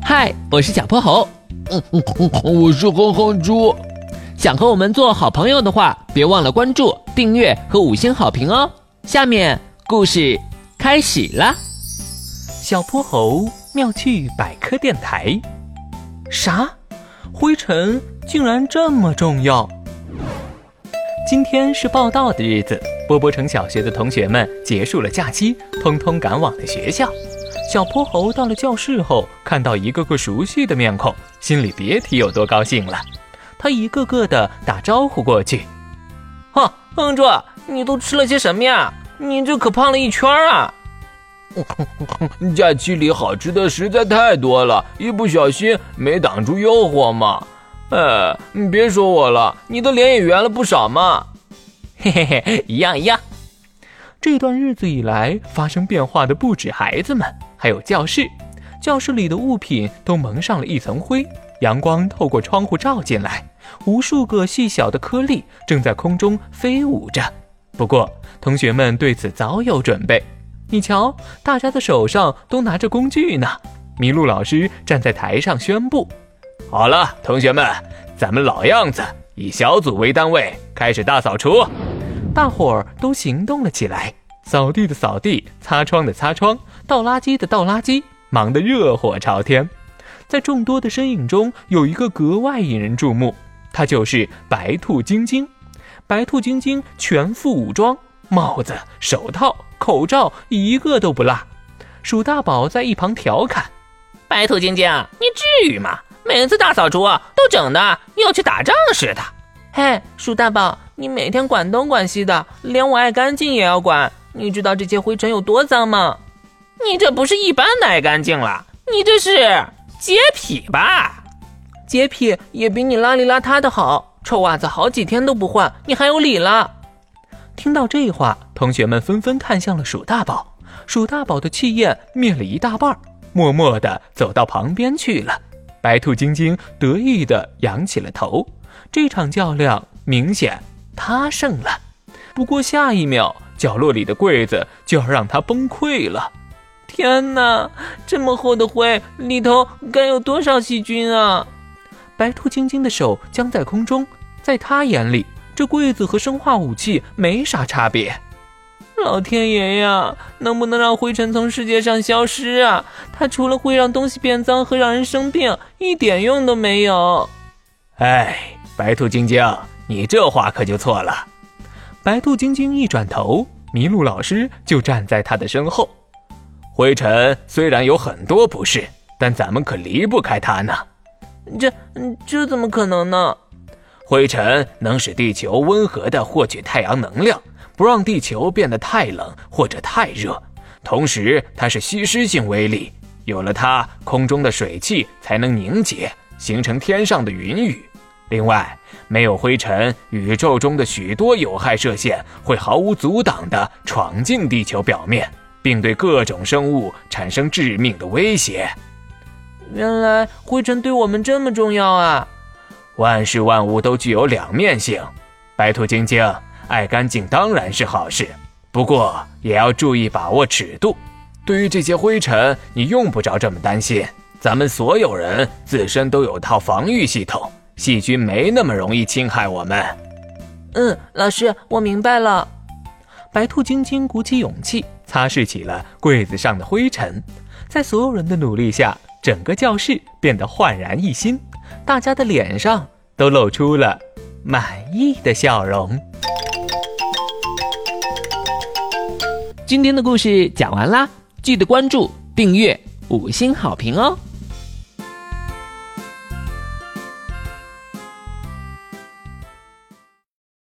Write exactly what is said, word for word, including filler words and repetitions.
嗨，我是小泼猴。 嗯嗯嗯，我是哼哼猪。 想和我们做好朋友的话，别忘了关注、订阅和五星好评哦。下面故事开始啦。 小泼猴妙趣百科电台。啥？灰尘竟然这么重要？今天是报到的日子，波波城小学的同学们结束了假期，通通赶往了学校。小泼猴到了教室后，看到一个个熟悉的面孔，心里别提有多高兴了。他一个个的打招呼过去。 哼，哼猪，你都吃了些什么呀？你这可胖了一圈啊！ 假期里好吃的实在太多了，一不小心没挡住诱惑嘛。哎，你别说我了，你的脸也圆了不少嘛。 嘿嘿嘿，一样一样。 这段日子以来，发生变化的不止孩子们，还有教室。教室里的物品都蒙上了一层灰，阳光透过窗户照进来，无数个细小的颗粒正在空中飞舞着。不过，同学们对此早有准备。你瞧，大家的手上都拿着工具呢。麋鹿老师站在台上宣布： 好了，同学们，咱们老样子，以小组为单位，开始大扫除。 大伙儿都行动了起来，扫地的扫地，擦窗的擦窗，倒垃圾的倒垃圾，忙得热火朝天。在众多的身影中，有一个格外引人注目，他就是白兔晶晶。白兔晶晶全副武装，帽子、手套、口罩一个都不落。鼠大宝在一旁调侃： 白兔晶晶，你至于吗？每次大扫除都整的要去打仗似的。嘿，鼠大宝，你每天管东管西的，连我爱干净也要管，你知道这些灰尘有多脏吗？你这不是一般的爱干净了，你这是洁癖吧？洁癖也比你邋里邋遢的好，臭袜子好几天都不换，你还有理了。 听到这话，同学们纷纷看向了鼠大宝。鼠大宝的气焰灭了一大半，默默地走到旁边去了。白兔晶晶得意地仰起了头。这场较量明显他胜了，不过下一秒角落里的柜子就要让他崩溃了。 天哪，这么厚的灰里头该有多少细菌啊！ 白兔晶晶的手僵在空中，在他眼里，这柜子和生化武器没啥差别。 老天爷呀，能不能让灰尘从世界上消失啊？它除了会让东西变脏和让人生病，一点用都没有。 哎，白兔晶晶，你这话可就错了。 白兔晶晶一转头，麋鹿老师就站在他的身后。 灰尘虽然有很多不是，但咱们可离不开它呢。 这这怎么可能呢？ 灰尘能使地球温和地获取太阳能量，不让地球变得太冷或者太热。同时，它是吸湿性微粒，有了它，空中的水汽才能凝结，形成天上的云雨。另外，没有灰尘，宇宙中的许多有害射线会毫无阻挡地闯进地球表面，并对各种生物产生致命的威胁。 原来灰尘对我们这么重要啊！ 万事万物都具有两面性，白兔晶晶，爱干净当然是好事，不过也要注意把握尺度。对于这些灰尘，你用不着这么担心，咱们所有人自身都有套防御系统，细菌没那么容易侵害我们。 嗯，老师，我明白了。 白兔晶晶鼓起勇气，擦拭起了柜子上的灰尘。在所有人的努力下，整个教室变得焕然一新，大家的脸上都露出了满意的笑容。 今天的故事讲完啦，记得关注、订阅、五星好评哦。